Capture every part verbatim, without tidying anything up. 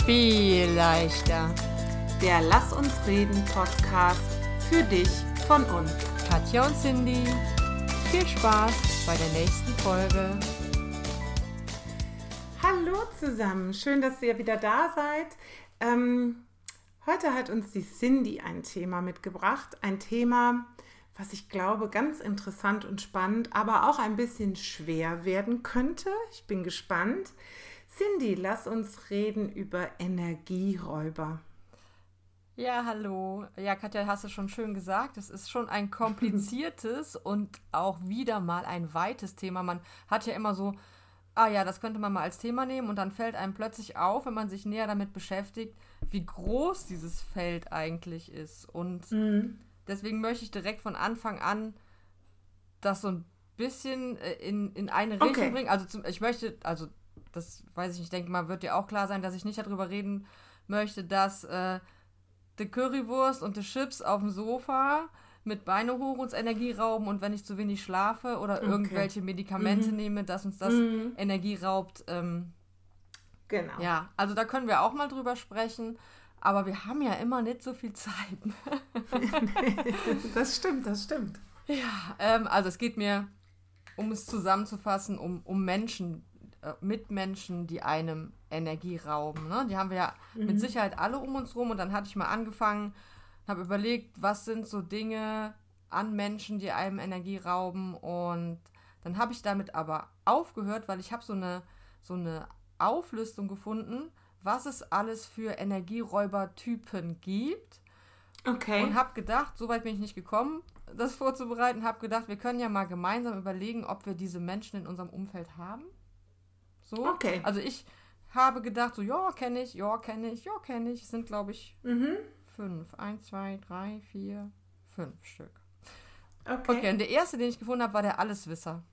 viel leichter. Der Lass uns reden Podcast für dich von uns. Katja und Cindy, viel Spaß bei der nächsten Folge. Hallo zusammen, schön, dass ihr wieder da seid. Ähm, heute hat uns die Cindy ein Thema mitgebracht. Ein Thema, was ich glaube ganz interessant und spannend, aber auch ein bisschen schwer werden könnte. Ich bin gespannt. Cindy, lass uns reden über Energieräuber. Ja, hallo. Ja, Katja, hast du schon schön gesagt. Es ist schon ein kompliziertes und auch wieder mal ein weites Thema. Man hat ja immer so, ah ja, das könnte man mal als Thema nehmen und dann fällt einem plötzlich auf, wenn man sich näher damit beschäftigt, wie groß dieses Feld eigentlich ist. Und mhm. deswegen möchte ich direkt von Anfang an das so ein bisschen in, in eine Richtung okay. bringen. Also zum, ich möchte, also das weiß ich nicht, ich denke mal, wird dir auch klar sein, dass ich nicht darüber reden möchte, dass äh, die Currywurst und die Chips auf dem Sofa mit Beine hoch uns Energie rauben und wenn ich zu wenig schlafe oder okay. irgendwelche Medikamente mhm. nehme, dass uns das mhm. Energie raubt. Ähm, genau. Ja, also da können wir auch mal drüber sprechen, aber wir haben ja immer nicht so viel Zeit. Das stimmt, das stimmt. Ja, ähm, also es geht mir, um es zusammenzufassen, um, um Menschen, Mitmenschen, die einem Energie rauben. Ne? Die haben wir ja mhm. mit Sicherheit alle um uns rum und dann hatte ich mal angefangen, habe überlegt, was sind so Dinge an Menschen, die einem Energie rauben und dann habe ich damit aber aufgehört, weil ich habe so eine, so eine Auflistung gefunden, was es alles für Energieräubertypen gibt. Okay. Und habe gedacht, so weit bin ich nicht gekommen, das vorzubereiten, habe gedacht, wir können ja mal gemeinsam überlegen, ob wir diese Menschen in unserem Umfeld haben. So. Okay. Also ich habe gedacht, so, ja, kenne ich, ja, kenne ich, ja, kenne ich. Es sind, glaube ich, mhm. fünf. Eins, zwei, drei, vier, fünf Stück. Okay. Okay, und der erste, den ich gefunden habe, war der Alleswisser.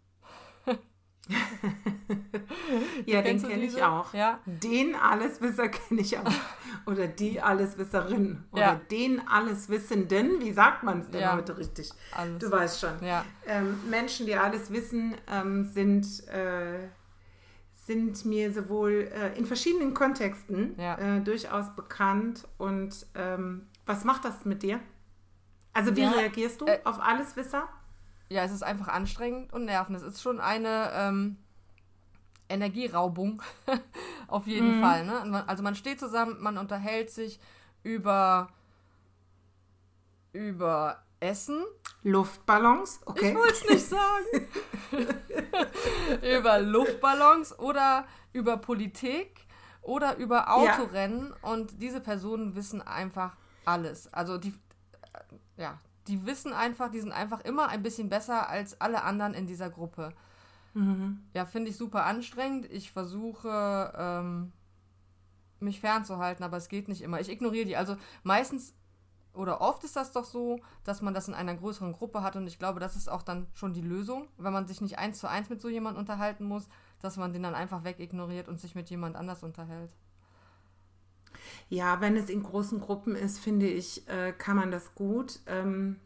Ja, den kenne ich auch. Ja. Den Alleswisser kenne ich auch. Oder die Alleswisserin. Oder ja. den Alleswissenden. Wie sagt man es denn ja. heute richtig? Alles. Du weißt schon. Ja. Ähm, Menschen, die alles wissen, ähm, sind... Äh, sind mir sowohl äh, in verschiedenen Kontexten ja. äh, durchaus bekannt. Und ähm, was macht das mit dir? Also wie ja, reagierst du äh, auf Alleswisser? Ja, es ist einfach anstrengend und nervend. Es ist schon eine ähm, Energieraubung, auf jeden mhm. Fall. Ne? Also man steht zusammen, man unterhält sich über, über Essen. Luftballons, okay. Ich wollte es nicht sagen. Über Luftballons oder über Politik oder über Autorennen. Ja. Und diese Personen wissen einfach alles. Also die, ja, die wissen einfach, die sind einfach immer ein bisschen besser als alle anderen in dieser Gruppe. Mhm. Ja, finde ich super anstrengend. Ich versuche, ähm, mich fernzuhalten, aber es geht nicht immer. Ich ignoriere die. Also meistens oder oft ist das doch so, dass man das in einer größeren Gruppe hat und ich glaube, das ist auch dann schon die Lösung, wenn man sich nicht eins zu eins mit so jemandem unterhalten muss, dass man den dann einfach wegignoriert und sich mit jemand anders unterhält. Ja, wenn es in großen Gruppen ist, finde ich, äh, kann man das gut. Ähm,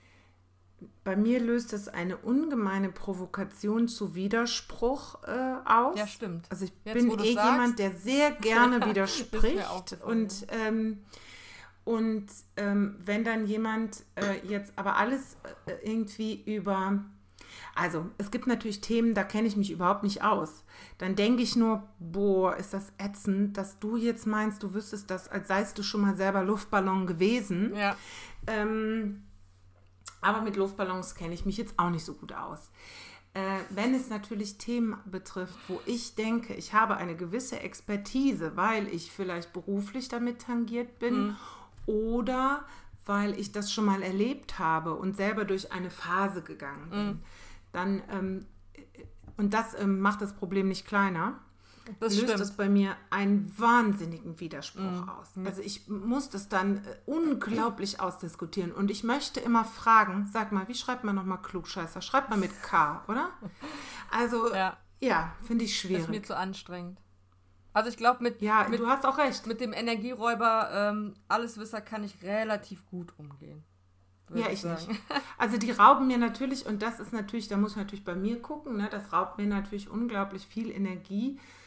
bei mir löst es eine ungemeine Provokation zu Widerspruch äh, aus. Ja, stimmt. Also ich Jetzt, bin eh sagst, jemand, der sehr gerne widerspricht und ähm, Und ähm, wenn dann jemand äh, jetzt aber alles äh, irgendwie über, also es gibt natürlich Themen, da kenne ich mich überhaupt nicht aus. Dann denke ich nur, boah, ist das ätzend, dass du jetzt meinst, du wüsstest das, als seist du schon mal selber Luftballon gewesen. Ja. Ähm, aber mit Luftballons kenne ich mich jetzt auch nicht so gut aus. Äh, wenn es natürlich Themen betrifft, wo ich denke, ich habe eine gewisse Expertise, weil ich vielleicht beruflich damit tangiert bin, mhm. oder weil ich das schon mal erlebt habe und selber durch eine Phase gegangen bin. Mm. Dann, ähm, und das ähm, macht das Problem nicht kleiner, das löst stimmt. es bei mir einen wahnsinnigen Widerspruch mm. aus. Also ich muss das dann äh, unglaublich ausdiskutieren. Und ich möchte immer fragen, sag mal, wie schreibt man nochmal Klugscheißer? Schreibt man mit K, oder? Also, ja, ja finde ich schwierig. Das ist mir zu anstrengend. Also ich glaube, mit, ja, mit, du hast auch recht. mit dem Energieräuber ähm, Alleswisser kann ich relativ gut umgehen. Ja, ich, ich nicht. Also die rauben mir natürlich, und das ist natürlich, da muss man natürlich bei mir gucken, ne, das raubt mir natürlich unglaublich viel Energie,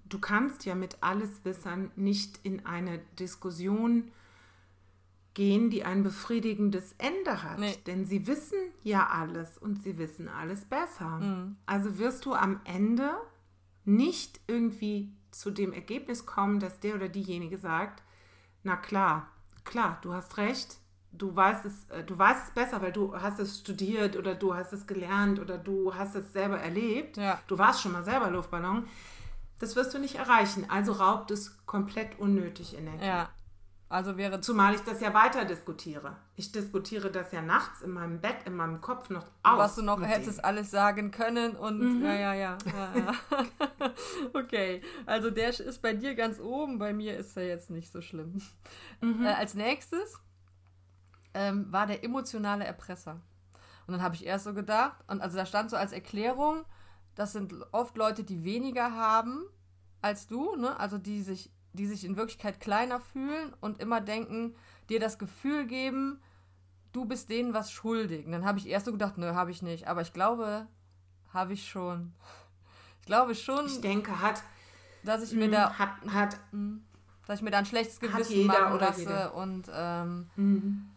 du kannst ja mit Alleswissern nicht in eine Diskussion gehen, die ein befriedigendes Ende hat. Nee. Denn sie wissen ja alles und sie wissen alles besser. Mhm. Also wirst du am Ende nicht irgendwie zu dem Ergebnis kommen, dass der oder diejenige sagt, na klar, klar, du hast recht, du weißt es, du weißt es besser, weil du hast es studiert oder du hast es gelernt oder du hast es selber erlebt. Ja. Du warst schon mal selber Luftballon. Das wirst du nicht erreichen. Also raubt es komplett unnötig Energie. Ja. Also wäre Zumal ich das ja weiter diskutiere. Ich diskutiere das ja nachts in meinem Bett, in meinem Kopf noch aus. was du noch mit hättest denen. alles sagen können und Mhm. ja, ja, ja. ja, ja. Okay, also der ist bei dir ganz oben, bei mir ist er jetzt nicht so schlimm. Mhm. Äh, als nächstes ähm, war der emotionale Erpresser. Und dann habe ich erst so gedacht, und also da stand so als Erklärung, das sind oft Leute, die weniger haben als du, ne? Also die sich, die sich in Wirklichkeit kleiner fühlen und immer denken, dir das Gefühl geben, du bist denen was schuldig. Und dann habe ich erst so gedacht, nö, habe ich nicht. Aber ich glaube, habe ich schon. Ich glaube schon, Ich denke, hat, dass ich mir mh, da, hat, hat dass ich mir da ein schlechtes Hat Gewissen jeder machen oder lasse jede. und ähm, mhm.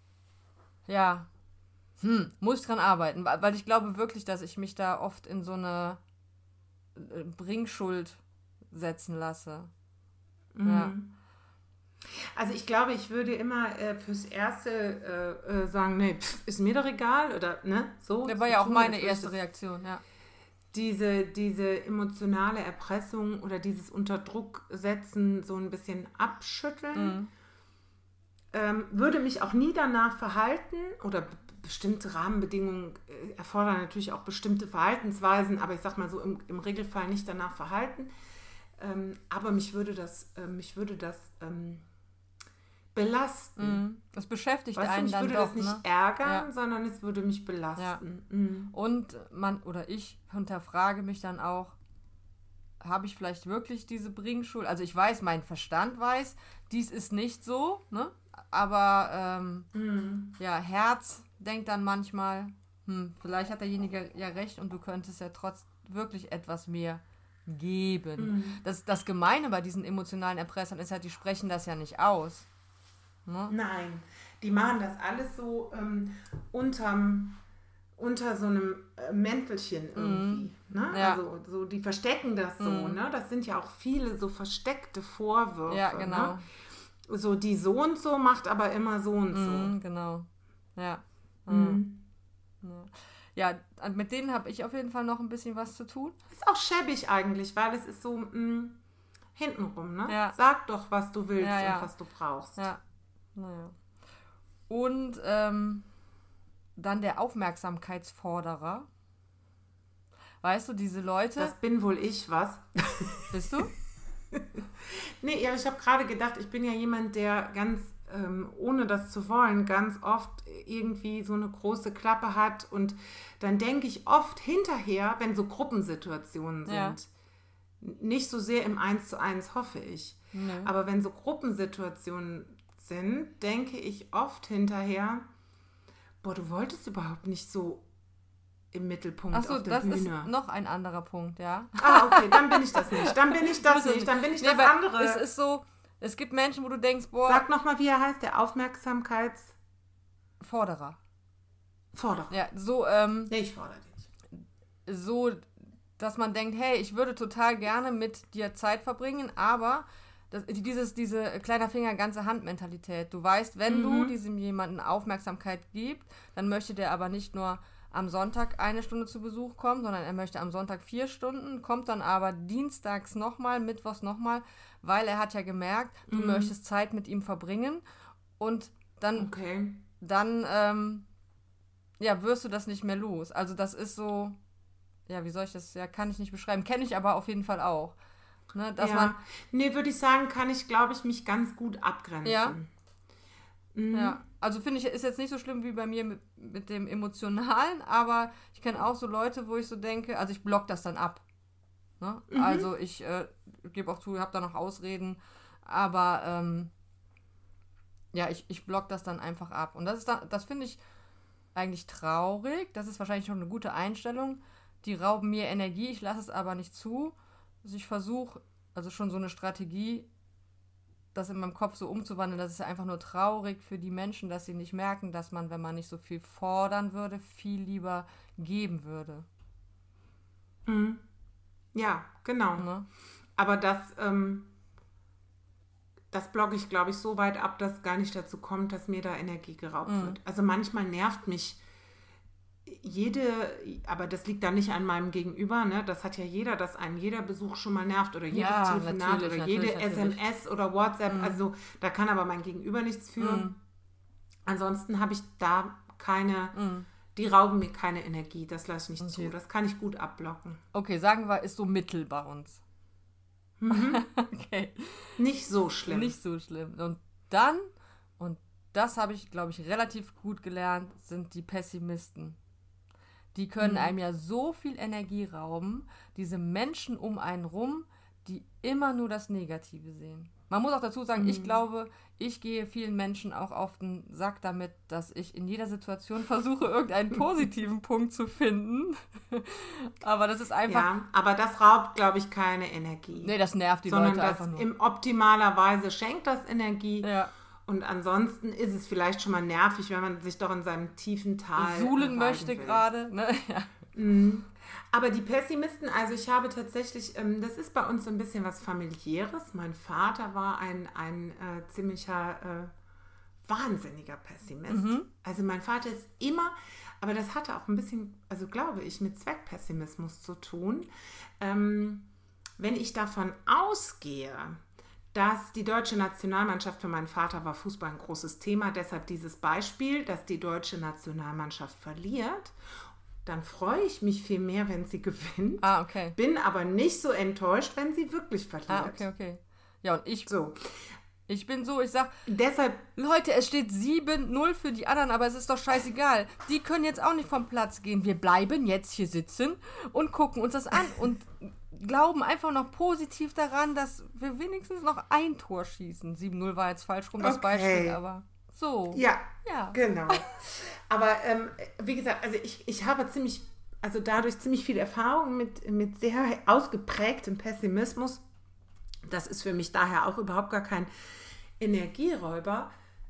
ja, hm, muss ich dran arbeiten, weil weil ich glaube wirklich, dass ich mich da oft in so eine äh, Bringschuld setzen lasse. Ja. Mhm. Also ich glaube, ich würde immer äh, fürs Erste äh, äh, sagen, nee, pff, ist mir doch egal oder ne, so. Das war so ja auch tun, meine als würde ich erste das- Reaktion, ja. Diese, diese emotionale Erpressung oder dieses Unterdruck setzen so ein bisschen abschütteln. Mhm. Ähm, würde mich auch nie danach verhalten oder b- bestimmte Rahmenbedingungen äh, erfordern natürlich auch bestimmte Verhaltensweisen, aber ich sag mal so im, im Regelfall nicht danach verhalten. Ähm, aber mich würde das, äh, mich würde das ähm, belasten. Mhm. Das beschäftigt Weißt du, einen mich dann würde doch, das nicht ne? ärgern, Ja. sondern es würde mich belasten. Mhm. Und man oder ich hinterfrage mich dann auch, habe ich vielleicht wirklich diese Bringschuld? Also ich weiß, mein Verstand weiß, dies ist nicht so, ne? Aber ähm, Mhm. ja, Herz denkt dann manchmal, hm, vielleicht hat derjenige ja recht und du könntest ja trotz wirklich etwas mehr geben. Mhm. Das, das Gemeine bei diesen emotionalen Erpressern ist halt, die sprechen das ja nicht aus. Ne? Nein, die machen das alles so ähm, unterm, unter so einem äh, Mäntelchen irgendwie. Ne? Ja. Also so, die verstecken das so. Mhm. Ne? Das sind ja auch viele so versteckte Vorwürfe. Ja, genau. Ne? So die so und so macht aber immer so und so. Mhm, genau. Ja. Mhm. Ja, mit denen habe ich auf jeden Fall noch ein bisschen was zu tun. Ist auch schäbig eigentlich, weil es ist so mh, hintenrum. Ne? Ja. Sag doch, was du willst Ja, ja. und was du brauchst. Ja. Naja. Und ähm, dann der Aufmerksamkeitsforderer. Weißt du, diese Leute. Das bin wohl ich, was? Bist du? Nee, ja, ich habe gerade gedacht, ich bin ja jemand, der ganz, ähm, ohne das zu wollen, ganz oft irgendwie so eine große Klappe hat und dann denke ich oft hinterher, wenn so Gruppensituationen sind, Ja. nicht so sehr im Eins zu eins, hoffe ich, Nö. aber wenn so Gruppensituationen sind, denke ich oft hinterher, boah, du wolltest überhaupt nicht so im Mittelpunkt Achso, auf der das ist Bühne. noch ein anderer Punkt, ja. Ah, okay, dann bin ich das nicht. Dann bin ich das Du bist nicht. Dann bin ich Nee, das weil andere. Es ist so, es gibt Menschen, wo du denkst, boah, Sag nochmal, wie er heißt, der Aufmerksamkeitsforderer. Forderer. Ja, so, ähm, Nee, ich fordere dich. so, dass man denkt, hey, ich würde total gerne mit dir Zeit verbringen, aber das, dieses, diese kleiner Finger, ganze Hand-Mentalität. Du weißt, wenn du Mhm. diesem jemanden Aufmerksamkeit gibst, dann möchte der aber nicht nur am Sonntag eine Stunde zu Besuch kommen, sondern er möchte am Sonntag vier Stunden, kommt dann aber dienstags nochmal, mittwochs nochmal, weil er hat ja gemerkt, du Mhm. möchtest Zeit mit ihm verbringen und dann, Okay. dann ähm, ja, wirst du das nicht mehr los. Also das ist so, ja, wie soll ich das, ja, kann ich nicht beschreiben, kenne ich aber auf jeden Fall auch. Ne, dass ja. man, Nee, würde ich sagen, kann ich, glaube ich, mich ganz gut abgrenzen. Ja. Mhm. ja, also finde ich, ist jetzt nicht so schlimm wie bei mir mit, mit dem Emotionalen, aber ich kenne auch so Leute, wo ich so denke, also ich block das dann ab. Ne? Mhm. Also ich äh, gebe auch zu, ich habe da noch Ausreden, aber ähm, ja, ich, ich block das dann einfach ab. Und das ist dann, das finde ich eigentlich traurig. Das ist wahrscheinlich schon eine gute Einstellung. Die rauben mir Energie, ich lasse es aber nicht zu. Also ich versuche also schon so eine Strategie, das in meinem Kopf so umzuwandeln, das ist ja einfach nur traurig für die Menschen, dass sie nicht merken, dass man, wenn man nicht so viel fordern würde, viel lieber geben würde. Mhm. Ja, genau. Ne? Aber das, ähm, das blogge ich, glaube ich, so weit ab, dass es gar nicht dazu kommt, dass mir da Energie geraubt mhm. wird. Also manchmal nervt mich jede, aber das liegt dann nicht an meinem Gegenüber, ne? Das hat ja jeder, dass einen jeder Besuch schon mal nervt oder jedes ja, Telefonat oder natürlich, jede natürlich. S M S oder WhatsApp, mhm. also da kann aber mein Gegenüber nichts für. Mhm. Ansonsten habe ich da keine, mhm. die rauben mir keine Energie, das lasse ich nicht okay. zu, das kann ich gut abblocken. Okay, sagen wir, ist so mittel bei uns. Mhm. Okay. Nicht so schlimm. Nicht so schlimm. Und dann, und das habe ich, glaube ich, relativ gut gelernt, sind die Pessimisten. Die können mhm. einem ja so viel Energie rauben, diese Menschen um einen rum, die immer nur das Negative sehen. Man muss auch dazu sagen, mhm. ich glaube, ich gehe vielen Menschen auch auf den Sack damit, dass ich in jeder Situation versuche, irgendeinen positiven Punkt zu finden. Aber das ist einfach... Ja, aber das raubt, glaube ich, keine Energie. Nee, das nervt die Leute einfach nur. Sondern in optimaler Weise schenkt das Energie. Ja. Und ansonsten ist es vielleicht schon mal nervig, wenn man sich doch in seinem tiefen Tal suhlen möchte gerade. Ne? Ja. Mhm. Aber die Pessimisten, also ich habe tatsächlich, ähm, das ist bei uns so ein bisschen was Familiäres. Mein Vater war ein, ein äh, ziemlicher, äh, wahnsinniger Pessimist. Mhm. Also mein Vater ist immer, aber das hatte auch ein bisschen, also glaube ich, mit Zweckpessimismus zu tun. Ähm, wenn ich davon ausgehe, dass die deutsche Nationalmannschaft, für meinen Vater war Fußball ein großes Thema, deshalb dieses Beispiel, dass die deutsche Nationalmannschaft verliert, dann freue ich mich viel mehr, wenn sie gewinnt. Ah, okay. Bin aber nicht so enttäuscht, wenn sie wirklich verliert. Ah, okay, okay. Ja, und ich, so. ich bin so, ich sag, deshalb, Leute, es steht sieben null für die anderen, aber es ist doch scheißegal. Die können jetzt auch nicht vom Platz gehen. Wir bleiben jetzt hier sitzen und gucken uns das an und glauben einfach noch positiv daran, dass wir wenigstens noch ein Tor schießen. sieben null war jetzt falsch rum, das okay. Beispiel, aber so. Ja, ja. genau. Aber ähm, wie gesagt, also ich, ich habe ziemlich, also dadurch ziemlich viel Erfahrung mit, mit sehr ausgeprägtem Pessimismus. Das ist für mich daher auch überhaupt gar kein Energieräuber,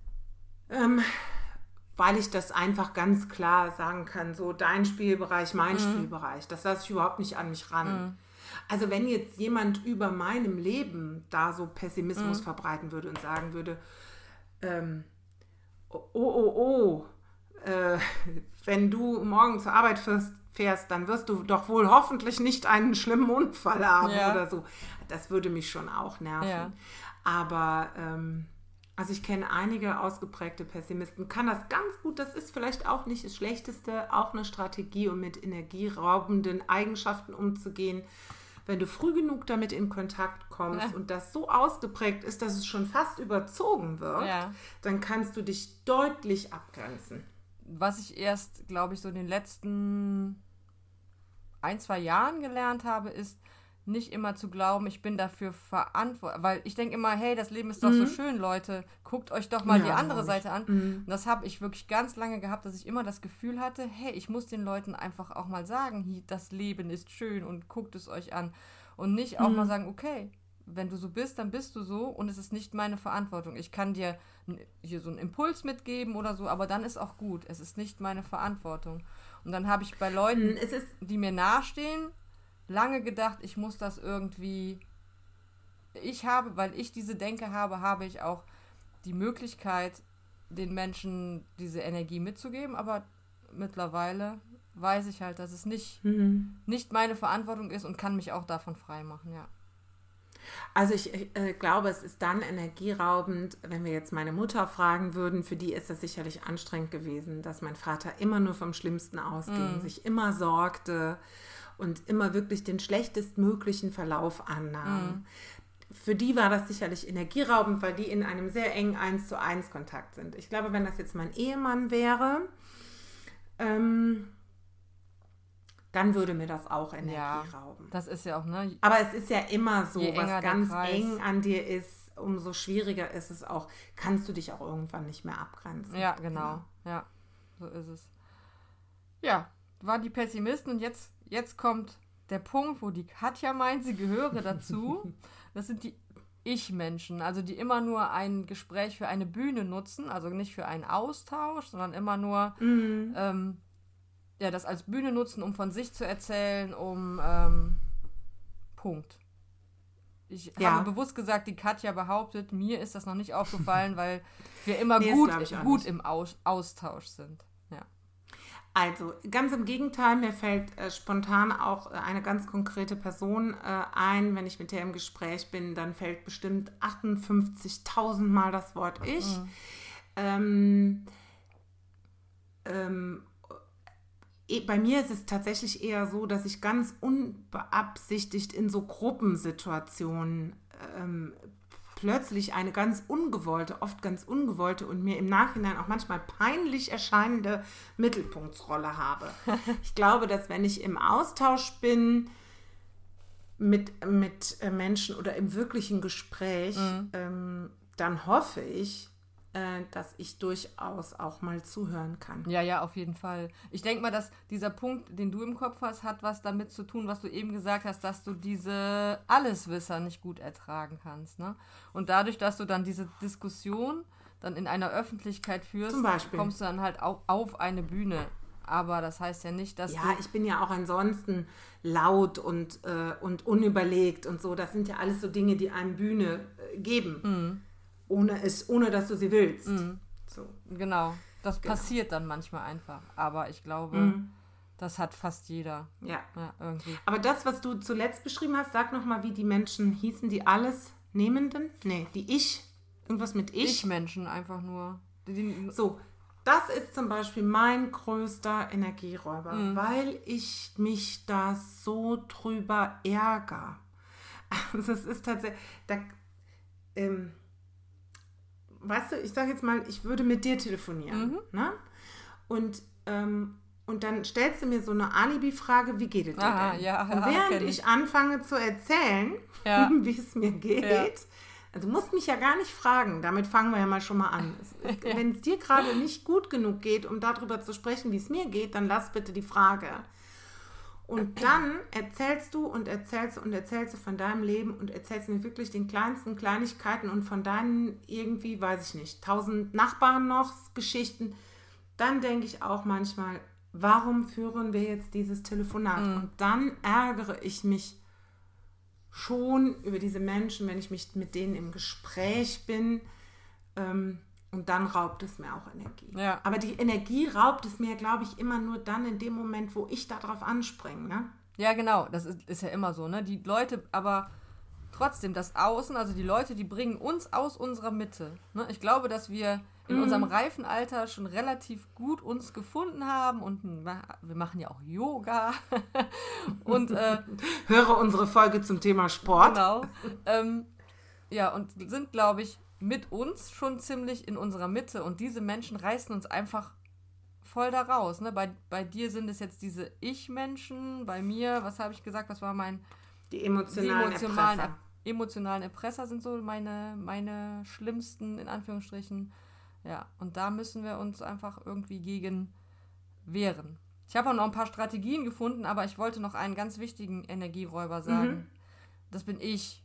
ähm, weil ich das einfach ganz klar sagen kann, so dein Spielbereich, mein mhm. Spielbereich, das lasse ich überhaupt nicht an mich ran. Mhm. Also wenn jetzt jemand über meinem Leben da so Pessimismus mhm. verbreiten würde und sagen würde, ähm, oh, oh, oh, äh, wenn du morgen zur Arbeit fährst, fährst, dann wirst du doch wohl hoffentlich nicht einen schlimmen Unfall haben ja. oder so. Das würde mich schon auch nerven. Ja. Aber ähm, also ich kenne einige ausgeprägte Pessimisten, kann das ganz gut, das ist vielleicht auch nicht das Schlechteste, auch eine Strategie, um mit energieraubenden Eigenschaften umzugehen. Wenn du früh genug damit in Kontakt kommst ja. und das so ausgeprägt ist, dass es schon fast überzogen wird, ja. dann kannst du dich deutlich abgrenzen. Was ich erst, glaube ich, so in den letzten ein, zwei Jahren gelernt habe, ist, nicht immer zu glauben, ich bin dafür verantwortlich. Weil ich denke immer, hey, das Leben ist doch mhm. so schön, Leute. Guckt euch doch mal ja, die andere Seite an. Mhm. Und das habe ich wirklich ganz lange gehabt, dass ich immer das Gefühl hatte, hey, ich muss den Leuten einfach auch mal sagen, das Leben ist schön und guckt es euch an. Und nicht auch mhm. mal sagen, okay, wenn du so bist, dann bist du so und es ist nicht meine Verantwortung. Ich kann dir hier so einen Impuls mitgeben oder so, aber dann ist auch gut. Es ist nicht meine Verantwortung. Und dann habe ich bei Leuten, es ist, die mir nahestehen, lange gedacht, ich muss das irgendwie, ich habe, weil ich diese Denke habe, habe ich auch die Möglichkeit, den Menschen diese Energie mitzugeben, aber mittlerweile weiß ich halt, dass es nicht, mhm. nicht meine Verantwortung ist und kann mich auch davon frei machen, ja. Also ich äh, glaube, es ist dann energieraubend, wenn wir jetzt meine Mutter fragen würden, für die ist das sicherlich anstrengend gewesen, dass mein Vater immer nur vom Schlimmsten ausging, mhm. sich immer sorgte und immer wirklich den schlechtestmöglichen Verlauf annahm. Mhm. Für die war das sicherlich energieraubend, weil die in einem sehr engen eins zu eins Kontakt sind. Ich glaube, wenn das jetzt mein Ehemann wäre, ähm, dann würde mir das auch Energie ja, rauben. Das ist ja auch, ne? Aber es ist ja immer so, was ganz eng an dir ist, umso schwieriger ist es auch, kannst du dich auch irgendwann nicht mehr abgrenzen. Ja, genau. Ja, ja, so ist es. Ja, waren die Pessimisten und jetzt, jetzt kommt der Punkt, wo die Katja meint, sie gehöre dazu. das sind die Ich-Menschen, also die immer nur ein Gespräch für eine Bühne nutzen, also nicht für einen Austausch, sondern immer nur mhm. ähm, ja, das als Bühne nutzen, um von sich zu erzählen, um ähm, Punkt. Ich ja. habe bewusst gesagt, die Katja behauptet, mir ist das noch nicht aufgefallen, weil wir immer nee, gut, gut im Aus- Austausch sind. Ja. Also, ganz im Gegenteil, mir fällt äh, spontan auch äh, eine ganz konkrete Person äh, ein. Wenn ich mit der im Gespräch bin, dann fällt bestimmt achtundfünfzigtausend Mal das Wort Ich. Mhm. Ähm, ähm, Bei mir ist es tatsächlich eher so, dass ich ganz unbeabsichtigt in so Gruppensituationen ähm, plötzlich eine ganz ungewollte, oft ganz ungewollte und mir im Nachhinein auch manchmal peinlich erscheinende Mittelpunktsrolle habe. Ich glaube, dass wenn ich im Austausch bin mit, mit Menschen oder im wirklichen Gespräch, mhm. ähm, dann hoffe ich, dass ich durchaus auch mal zuhören kann. Ja, ja, auf jeden Fall. Ich denke mal, dass dieser Punkt, den du im Kopf hast, hat was damit zu tun, was du eben gesagt hast, dass du diese Alleswisser nicht gut ertragen kannst. Ne? Und dadurch, dass du dann diese Diskussion dann in einer Öffentlichkeit führst, Zum Beispiel. kommst du dann halt auch auf eine Bühne. Aber das heißt ja nicht, dass ja, du... Ja, ich bin ja auch ansonsten laut und, äh, und unüberlegt und so. Das sind ja alles so Dinge, die einem Bühne äh, geben. Mhm. Ohne, es, ohne dass du sie willst. Mhm. So. Genau, das genau. passiert dann manchmal einfach. Aber ich glaube, mhm. das hat fast jeder. Ja. ja irgendwie. Aber das, was du zuletzt beschrieben hast, sag nochmal, wie die Menschen hießen, die alles Nehmenden? Nee, die Ich, irgendwas mit Ich. Ich-Menschen einfach nur. Die, die, so, das ist zum Beispiel mein größter Energieräuber, mhm. weil ich mich da so drüber ärgere. Also es ist tatsächlich... Da, ähm, weißt du, ich sage jetzt mal, ich würde mit dir telefonieren. Mhm. Ne? Und, ähm, und dann stellst du mir so eine Alibi-Frage, wie geht es dir Aha, denn? Ja, und während ich. ich anfange zu erzählen, ja. wie es mir geht, ja. also du musst mich ja gar nicht fragen, damit fangen wir ja mal schon mal an. Es ist, ja. Wenn es dir gerade nicht gut genug geht, um darüber zu sprechen, wie es mir geht, dann lass bitte die Frage. Und dann erzählst du und erzählst du und erzählst du von deinem Leben und erzählst mir wirklich den kleinsten Kleinigkeiten und von deinen irgendwie, weiß ich nicht, tausend Nachbarn noch, Geschichten. Dann denke ich auch manchmal, warum führen wir jetzt dieses Telefonat? Mhm. Und dann ärgere ich mich schon über diese Menschen, wenn ich mich mit denen im Gespräch bin. Ähm, Und dann raubt es mir auch Energie. Ja. Aber die Energie raubt es mir, glaube ich, immer nur dann in dem Moment, wo ich darauf anspringe. Ne? Ja, genau. Das ist, ist ja immer so. Ne? Die Leute, aber trotzdem, das Außen, also die Leute, die bringen uns aus unserer Mitte. Ne? Ich glaube, dass wir in mhm. unserem reifen Alter schon relativ gut uns gefunden haben und wir machen ja auch Yoga. und äh, höre unsere Folge zum Thema Sport. Genau. Ähm, ja, und sind, glaube ich, mit uns schon ziemlich in unserer Mitte und diese Menschen reißen uns einfach voll da raus. Ne? Bei, bei dir sind es jetzt diese Ich-Menschen, bei mir, was habe ich gesagt, was war mein... Die emotionalen, die emotionalen Erpresser. Emotionalen Erpresser sind so meine, meine schlimmsten, in Anführungsstrichen. Ja, und da müssen wir uns einfach irgendwie gegen wehren. Ich habe auch noch ein paar Strategien gefunden, aber ich wollte noch einen ganz wichtigen Energieräuber sagen. Mhm. Das bin ich.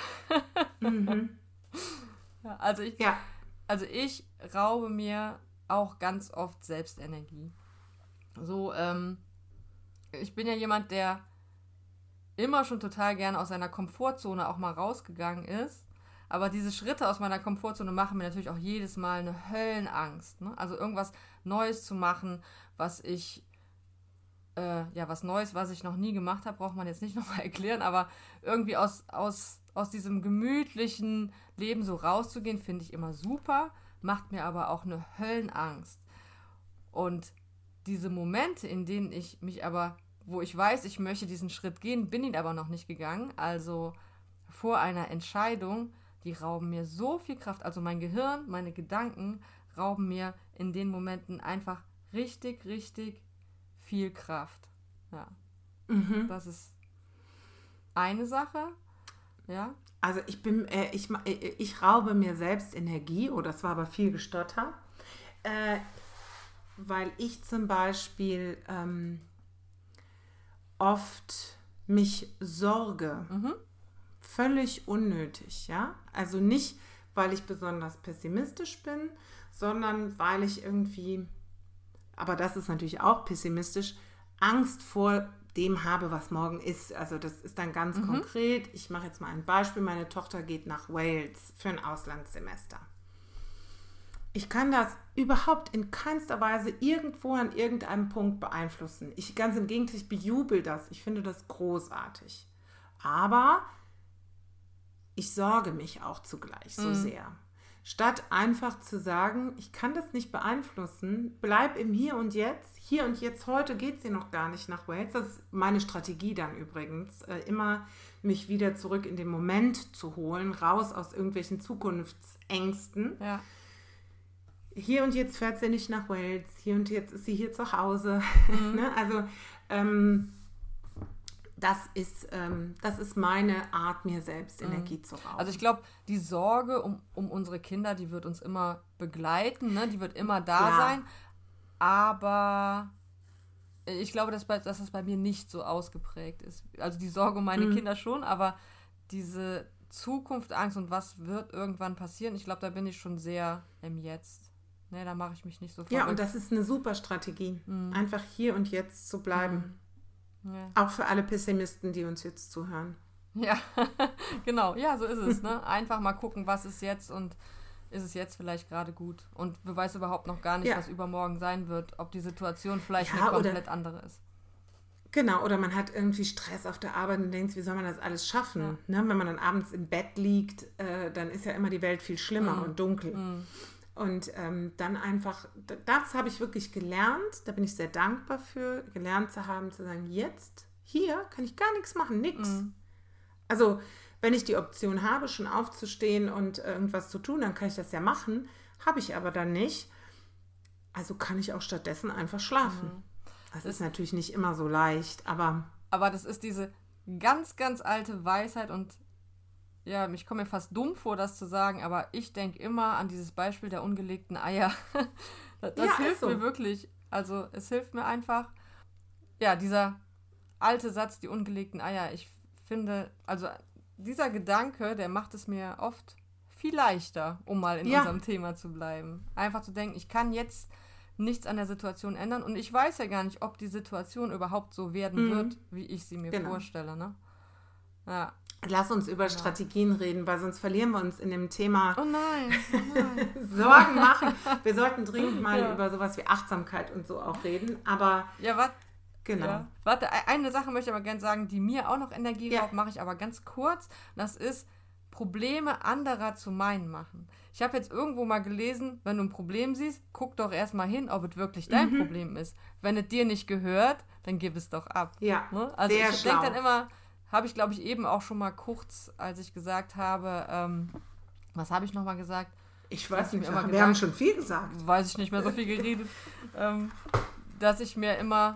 mhm. Ja, also ich, ja. also ich raube mir auch ganz oft Selbstenergie. So, ähm, ich bin ja jemand, der immer schon total gerne aus seiner Komfortzone auch mal rausgegangen ist. Aber diese Schritte aus meiner Komfortzone machen mir natürlich auch jedes Mal eine Höllenangst. Ne? Also irgendwas Neues zu machen, was ich, äh, ja, was Neues, was ich noch nie gemacht habe, braucht man jetzt nicht nochmal erklären, aber irgendwie aus, aus, aus diesem gemütlichen Leben so rauszugehen, finde ich immer super, macht mir aber auch eine Höllenangst. Und diese Momente, in denen ich mich aber, wo ich weiß, ich möchte diesen Schritt gehen, bin ihn aber noch nicht gegangen, also vor einer Entscheidung, die rauben mir so viel Kraft. Also mein Gehirn, meine Gedanken rauben mir in den Momenten einfach richtig, richtig viel Kraft. Ja. Mhm. Das ist eine Sache. Ja. Also ich bin, äh, ich, ich raube mir selbst Energie, oh, das war aber viel Gestotter, äh, weil ich zum Beispiel ähm, oft mich sorge. Mhm. völlig unnötig, ja. Also nicht, weil ich besonders pessimistisch bin, sondern weil ich irgendwie, aber das ist natürlich auch pessimistisch, Angst vor dem habe, was morgen ist. Also das ist dann ganz mhm. konkret. Ich mache jetzt mal ein Beispiel. Meine Tochter geht nach Wales für ein Auslandssemester. Ich kann das überhaupt in keinster Weise irgendwo an irgendeinem Punkt beeinflussen. Ich, ganz im Gegenteil, ich bejubel das. Ich finde das großartig. Aber ich sorge mich auch zugleich so mhm. sehr. Statt einfach zu sagen, ich kann das nicht beeinflussen, bleib im Hier und Jetzt. Hier und jetzt, heute geht sie noch gar nicht nach Wales. Das ist meine Strategie dann übrigens, äh, immer mich wieder zurück in den Moment zu holen, raus aus irgendwelchen Zukunftsängsten. Ja. Hier und jetzt fährt sie nicht nach Wales, hier und jetzt ist sie hier zu Hause. Mhm. ne? Also ähm, das ist, ähm, das ist meine Art, mir selbst Energie mhm. zu rauben. Also ich glaube, die Sorge um, um unsere Kinder, die wird uns immer begleiten, ne? Die wird immer da Klar. sein. Aber ich glaube, dass, bei, dass das bei mir nicht so ausgeprägt ist. Also die Sorge um meine mhm. Kinder schon, aber diese Zukunftsangst und was wird irgendwann passieren, ich glaube, da bin ich schon sehr im Jetzt. Ne, da mache ich mich nicht so verrückt. Ja, und das ist eine super Strategie. Mhm. Einfach hier und jetzt zu bleiben. Mhm. Ja. Auch für alle Pessimisten, die uns jetzt zuhören. Ja, genau. Ja, so ist es. Ne? Einfach mal gucken, was ist jetzt und ist es jetzt vielleicht gerade gut. Und du weißt überhaupt noch gar nicht, ja. was übermorgen sein wird. Ob die Situation vielleicht ja, eine komplett oder, andere ist. Genau, oder man hat irgendwie Stress auf der Arbeit und denkt, wie soll man das alles schaffen? Ja. Ne? Wenn man dann abends im Bett liegt, äh, dann ist ja immer die Welt viel schlimmer mhm. und dunkel. Mhm. Und ähm, dann einfach, das habe ich wirklich gelernt, da bin ich sehr dankbar für, gelernt zu haben, zu sagen, jetzt, hier kann ich gar nichts machen, nichts. Mhm. Also, wenn ich die Option habe, schon aufzustehen und irgendwas zu tun, dann kann ich das ja machen, habe ich aber dann nicht. Also kann ich auch stattdessen einfach schlafen. Mhm. Das, das ist natürlich nicht immer so leicht, aber... Aber das ist diese ganz, ganz alte Weisheit und ja, ich komme mir fast dumm vor, das zu sagen, aber ich denke immer an dieses Beispiel der ungelegten Eier. das das ja, hilft so. mir wirklich. Also es hilft mir einfach. Ja, dieser alte Satz, die ungelegten Eier, ich finde, also dieser Gedanke, der macht es mir oft viel leichter, um mal in ja. unserem Thema zu bleiben. Einfach zu denken, ich kann jetzt nichts an der Situation ändern und ich weiß ja gar nicht, ob die Situation überhaupt so werden mhm. wird, wie ich sie mir genau. vorstelle. Ne? Ja. Lass uns über ja. Strategien reden, weil sonst verlieren wir uns in dem Thema oh nein, oh nein. Sorgen machen. Wir sollten dringend mal ja. über sowas wie Achtsamkeit und so auch reden, aber... Ja, was? Genau. Ja. Warte, eine Sache möchte ich aber gerne sagen, die mir auch noch Energie raubt, ja. mache ich aber ganz kurz. Das ist, Probleme anderer zu meinen machen. Ich habe jetzt irgendwo mal gelesen, wenn du ein Problem siehst, guck doch erstmal hin, ob es wirklich dein mhm. Problem ist. Wenn es dir nicht gehört, dann gib es doch ab. Ja, ne? Also sehr ich denke dann immer, habe ich glaube ich eben auch schon mal kurz, als ich gesagt habe, ähm, was habe ich nochmal gesagt? Ich weiß nicht, wir gesagt, haben schon viel gesagt. Weiß ich nicht mehr so viel geredet. ähm, dass ich mir immer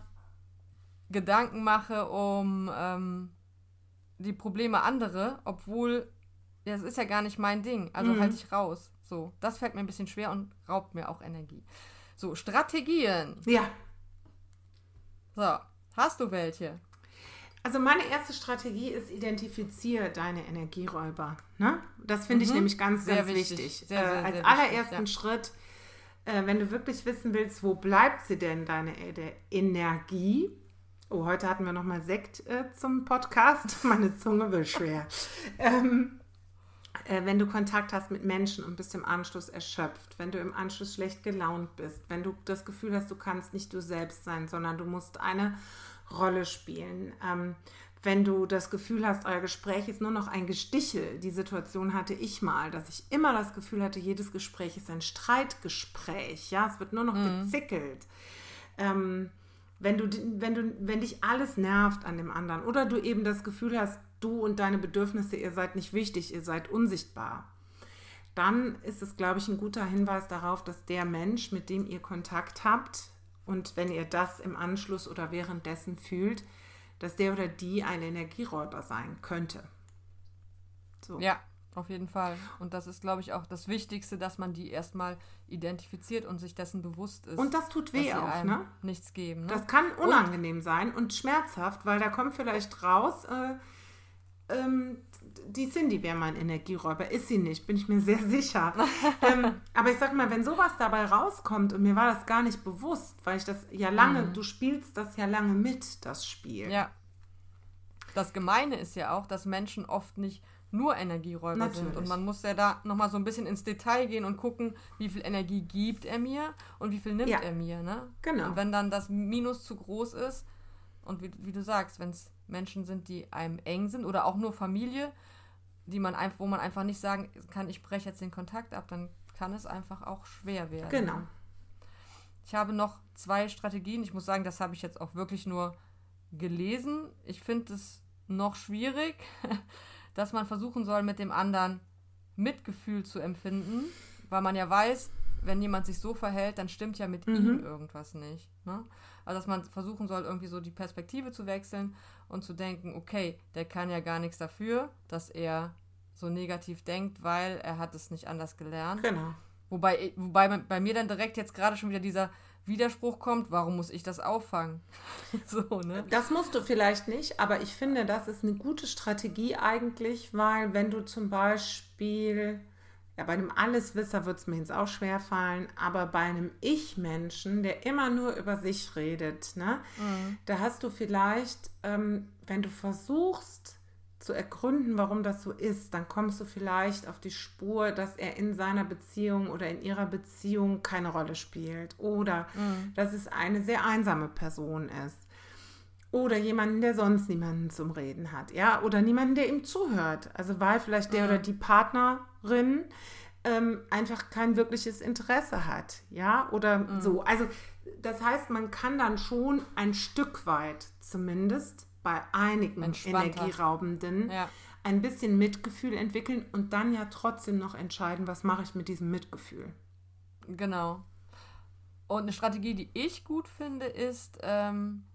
Gedanken mache um ähm, die Probleme anderer, obwohl, ja, das ist ja gar nicht mein Ding. Also mhm. halte ich raus. So, das fällt mir ein bisschen schwer und raubt mir auch Energie. So, Strategien. Ja. So, hast du welche? Also meine erste Strategie ist, identifiziere deine Energieräuber. Ne? Das finde mhm. ich nämlich ganz, sehr ganz wichtig. wichtig. Sehr, sehr, äh, als sehr allerersten wichtig, ja. Schritt, äh, wenn du wirklich wissen willst, wo bleibt sie denn, deine äh, Energie? Oh, heute hatten wir nochmal Sekt äh, zum Podcast. Meine Zunge wird schwer. ähm, äh, wenn du Kontakt hast mit Menschen und bist im Anschluss erschöpft, wenn du im Anschluss schlecht gelaunt bist, wenn du das Gefühl hast, du kannst nicht du selbst sein, sondern du musst eine Rolle spielen. Ähm, wenn du das Gefühl hast, euer Gespräch ist nur noch ein Gestichel, die Situation hatte ich mal, dass ich immer das Gefühl hatte, jedes Gespräch ist ein Streitgespräch, ja, es wird nur noch mhm. gezickelt. Ähm, wenn du, wenn du, wenn dich alles nervt an dem anderen oder du eben das Gefühl hast, du und deine Bedürfnisse, ihr seid nicht wichtig, ihr seid unsichtbar, dann ist es, glaube ich, ein guter Hinweis darauf, dass der Mensch, mit dem ihr Kontakt habt, und wenn ihr das im Anschluss oder währenddessen fühlt, dass der oder die ein Energieräuber sein könnte. So. Ja, auf jeden Fall. Und das ist, glaube ich, auch das Wichtigste, dass man die erstmal identifiziert und sich dessen bewusst ist. Und das tut weh auch, ne? Nichts geben. Ne? Das kann unangenehm und, sein und schmerzhaft, weil da kommt vielleicht raus, äh, ähm, die Cindy wäre mein Energieräuber. Ist sie nicht, bin ich mir sehr sicher. ähm, aber ich sag mal, wenn sowas dabei rauskommt und mir war das gar nicht bewusst, weil ich das ja lange, mhm. du spielst das ja lange mit, das Spiel. Ja. Das Gemeine ist ja auch, dass Menschen oft nicht nur Energieräuber Natürlich. sind. Und man muss ja da nochmal so ein bisschen ins Detail gehen und gucken, wie viel Energie gibt er mir und wie viel nimmt ja. er mir. Ne? Genau. Und wenn dann das Minus zu groß ist und wie, wie du sagst, wenn es Menschen sind, die einem eng sind oder auch nur Familie, die man einfach, wo man einfach nicht sagen kann, ich breche jetzt den Kontakt ab, dann kann es einfach auch schwer werden. Genau. Ich habe noch zwei Strategien. Ich muss sagen, das habe ich jetzt auch wirklich nur gelesen. Ich finde es noch schwierig, dass man versuchen soll, mit dem anderen Mitgefühl zu empfinden, weil man ja weiß, wenn jemand sich so verhält, dann stimmt ja mit mhm. ihm irgendwas nicht. Ne? Also dass man versuchen soll, irgendwie so die Perspektive zu wechseln und zu denken, okay, der kann ja gar nichts dafür, dass er so negativ denkt, weil er hat es nicht anders gelernt. Genau. Wobei, wobei bei mir dann direkt jetzt gerade schon wieder dieser Widerspruch kommt, warum muss ich das auffangen? so, ne? Das musst du vielleicht nicht, aber ich finde, das ist eine gute Strategie eigentlich, weil wenn du zum Beispiel, ja, bei einem Alleswisser wird es mir jetzt auch schwerfallen, aber bei einem Ich-Menschen, der immer nur über sich redet, ne, mhm. da hast du vielleicht, ähm, wenn du versuchst zu ergründen, warum das so ist, dann kommst du vielleicht auf die Spur, dass er in seiner Beziehung oder in ihrer Beziehung keine Rolle spielt oder mhm. dass es eine sehr einsame Person ist oder jemanden, der sonst niemanden zum Reden hat, ja, oder niemanden, der ihm zuhört, also weil vielleicht der mhm. oder die Partnerin ähm, einfach kein wirkliches Interesse hat, ja, oder mhm. so, also das heißt, man kann dann schon ein Stück weit zumindest bei einigen Energieraubenden ja. ein bisschen Mitgefühl entwickeln und dann ja trotzdem noch entscheiden, was mache ich mit diesem Mitgefühl. Genau. Und eine Strategie, die ich gut finde, ist ähm,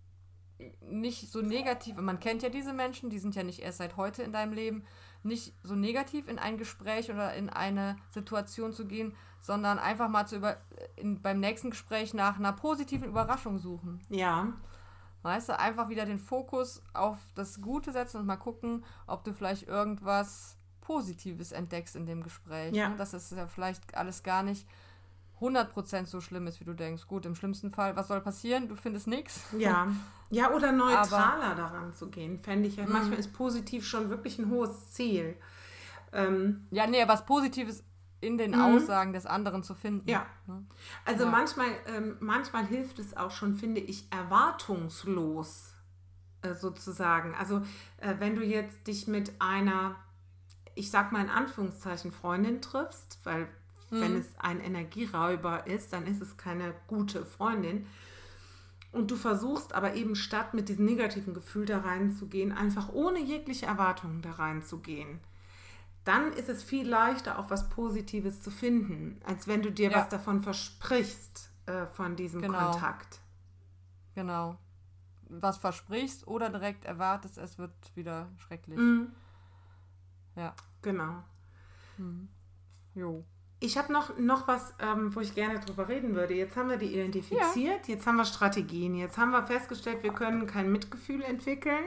nicht so negativ, man kennt ja diese Menschen, die sind ja nicht erst seit heute in deinem Leben, nicht so negativ in ein Gespräch oder in eine Situation zu gehen, sondern einfach mal zu über, in, beim nächsten Gespräch nach einer positiven Überraschung suchen. Ja. Weißt du, einfach wieder den Fokus auf das Gute setzen und mal gucken, ob du vielleicht irgendwas Positives entdeckst in dem Gespräch. Ja. Ne? Dass es ja vielleicht alles gar nicht hundert Prozent so schlimm ist, wie du denkst. Gut, im schlimmsten Fall, was soll passieren? Du findest nichts. Ja. Ja, oder neutraler Aber, daran zu gehen, fände ich ja. Manchmal ist positiv schon wirklich ein hohes Ziel. Ähm, ja, nee, was Positives in den mhm. Aussagen des anderen zu finden. Ja, also ja. manchmal ähm, manchmal hilft es auch schon, finde ich, erwartungslos äh, sozusagen. Also äh, wenn du jetzt dich mit einer, ich sag mal in Anführungszeichen, Freundin triffst, weil mhm. wenn es ein Energieräuber ist, dann ist es keine gute Freundin. Und du versuchst aber eben statt mit diesem negativen Gefühl da reinzugehen, einfach ohne jegliche Erwartungen da reinzugehen. Dann ist es viel leichter, auch was Positives zu finden, als wenn du dir ja. was davon versprichst, äh, von diesem genau. Kontakt. Genau. Was versprichst oder direkt erwartest, es wird wieder schrecklich. Mhm. Ja. Genau. Mhm. Jo. Ich habe noch, noch was, ähm, wo ich gerne drüber reden würde. Jetzt haben wir die identifiziert, ja. jetzt haben wir Strategien, jetzt haben wir festgestellt, wir können kein Mitgefühl entwickeln.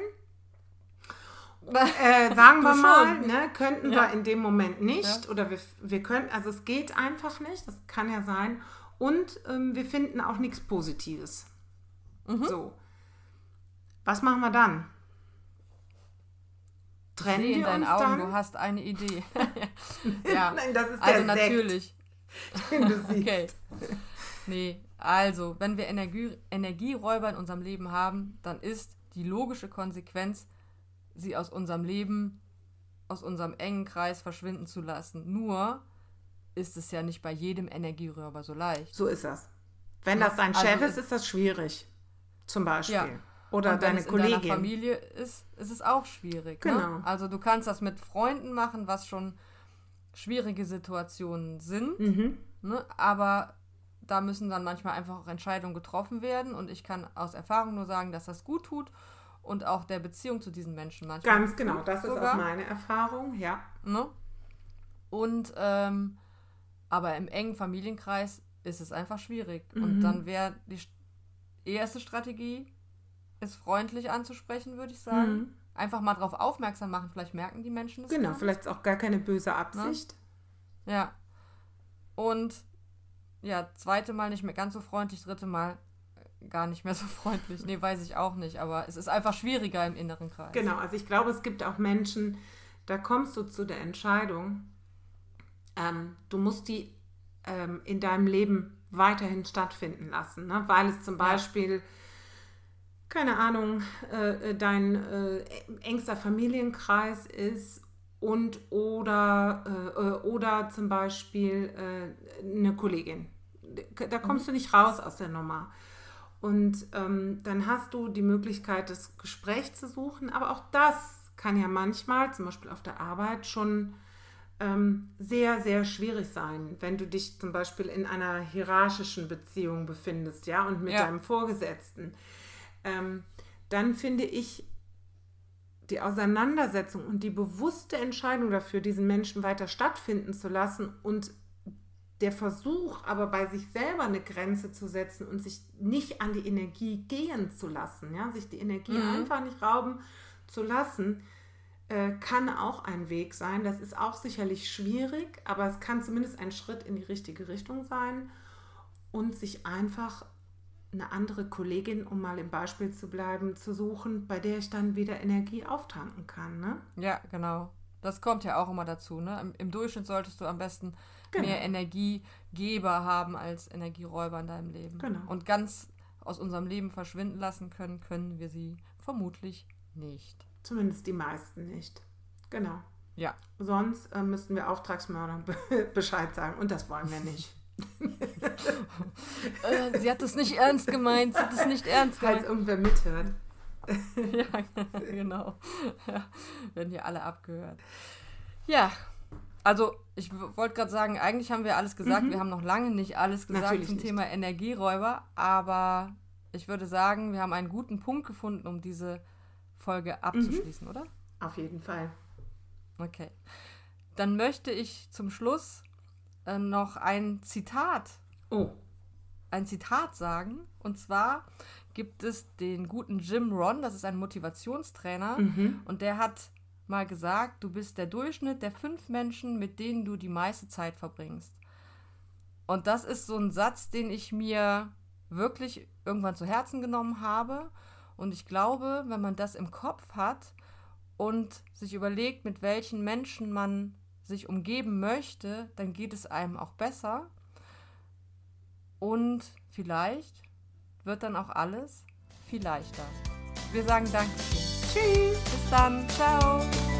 Äh, sagen wir mal, ne, könnten ja. wir in dem Moment nicht ja. oder wir, wir können, also es geht einfach nicht, das kann ja sein und ähm, wir finden auch nichts Positives. Mhm. So. Was machen wir dann? Trennen wir in deinen uns Augen, dann? Du hast eine Idee. ja. Nein, das ist der also Sekt, natürlich. den du siehst. Okay. Nee, also, wenn wir Energie, Energieräuber in unserem Leben haben, dann ist die logische Konsequenz, sie aus unserem Leben, aus unserem engen Kreis verschwinden zu lassen. Nur ist es ja nicht bei jedem Energieräuber so leicht. So ist das. Wenn das dein also Chef ist, ist das schwierig. Zum Beispiel. Ja. Oder und deine wenn es Kollegin. in deiner Familie ist, ist es auch schwierig. Genau. Ne? Also du kannst das mit Freunden machen, was schon schwierige Situationen sind. Mhm. Ne? Aber da müssen dann manchmal einfach auch Entscheidungen getroffen werden. Und ich kann aus Erfahrung nur sagen, dass das gut tut. Und auch der Beziehung zu diesen Menschen manchmal. Ganz genau, das sogar. Ist auch meine Erfahrung, ja. Ne? Und, ähm, aber im engen Familienkreis ist es einfach schwierig. Mhm. Und dann wäre die erste Strategie, es freundlich anzusprechen, würde ich sagen. einfach mal drauf aufmerksam machen. Vielleicht merken die Menschen das. Genau, vielleicht ist auch gar keine böse Absicht. Na? Ja. Und ja, zweite Mal nicht mehr ganz so freundlich, dritte Mal gar nicht mehr so freundlich. Nee, weiß ich auch nicht, aber es ist einfach schwieriger im inneren Kreis. Genau, also ich glaube, es gibt auch Menschen, da kommst du zu der Entscheidung, ähm, du musst die ähm, in deinem Leben weiterhin stattfinden lassen, ne? Weil es zum Beispiel, ja. keine Ahnung, äh, dein äh, engster Familienkreis ist und oder, äh, oder zum Beispiel äh, eine Kollegin. Da kommst mhm. du nicht raus aus der Nummer. Und ähm, dann hast du die Möglichkeit, das Gespräch zu suchen, aber auch das kann ja manchmal, zum Beispiel auf der Arbeit, schon ähm, sehr, sehr schwierig sein, wenn du dich zum Beispiel in einer hierarchischen Beziehung befindest, ja, und mit ja. deinem Vorgesetzten. Ähm, dann finde ich die Auseinandersetzung und die bewusste Entscheidung dafür, diesen Menschen weiter stattfinden zu lassen und der Versuch, aber bei sich selber eine Grenze zu setzen und sich nicht an die Energie gehen zu lassen, ja, sich die Energie mhm. einfach nicht rauben zu lassen, äh, kann auch ein Weg sein. Das ist auch sicherlich schwierig, aber es kann zumindest ein Schritt in die richtige Richtung sein und sich einfach eine andere Kollegin, um mal im Beispiel zu bleiben, zu suchen, bei der ich dann wieder Energie auftanken kann, ne? Ja, genau. Das kommt ja auch immer dazu, ne? Im, im Durchschnitt solltest du am besten genau. mehr Energiegeber haben als Energieräuber in deinem Leben. Genau. Und ganz aus unserem Leben verschwinden lassen können, können wir sie vermutlich nicht. Zumindest die meisten nicht. Genau. Ja. Sonst äh, müssten wir Auftragsmördern be- Bescheid sagen und das wollen wir nicht. äh, sie hat es nicht ernst gemeint, sie hat es nicht ernst gemeint. Falls irgendwer mithört. Ja, genau. Ja, werden hier alle abgehört. Ja, also ich w- wollte gerade sagen, eigentlich haben wir alles gesagt. Mhm. Wir haben noch lange nicht alles gesagt Natürlich zum nicht. Thema Energieräuber, aber ich würde sagen, wir haben einen guten Punkt gefunden, um diese Folge abzuschließen, mhm. oder? Auf jeden Fall. Okay. Dann möchte ich zum Schluss äh, noch ein Zitat oh. ein Zitat sagen. Und zwar gibt es den guten Jim Rohn, das ist ein Motivationstrainer, mhm. und der hat mal gesagt, du bist der Durchschnitt der fünf Menschen, mit denen du die meiste Zeit verbringst. Und das ist so ein Satz, den ich mir wirklich irgendwann zu Herzen genommen habe. Und ich glaube, wenn man das im Kopf hat und sich überlegt, mit welchen Menschen man sich umgeben möchte, dann geht es einem auch besser. Und vielleicht wird dann auch alles viel leichter. Wir sagen Dankeschön. Tschüss. Bis dann. Ciao.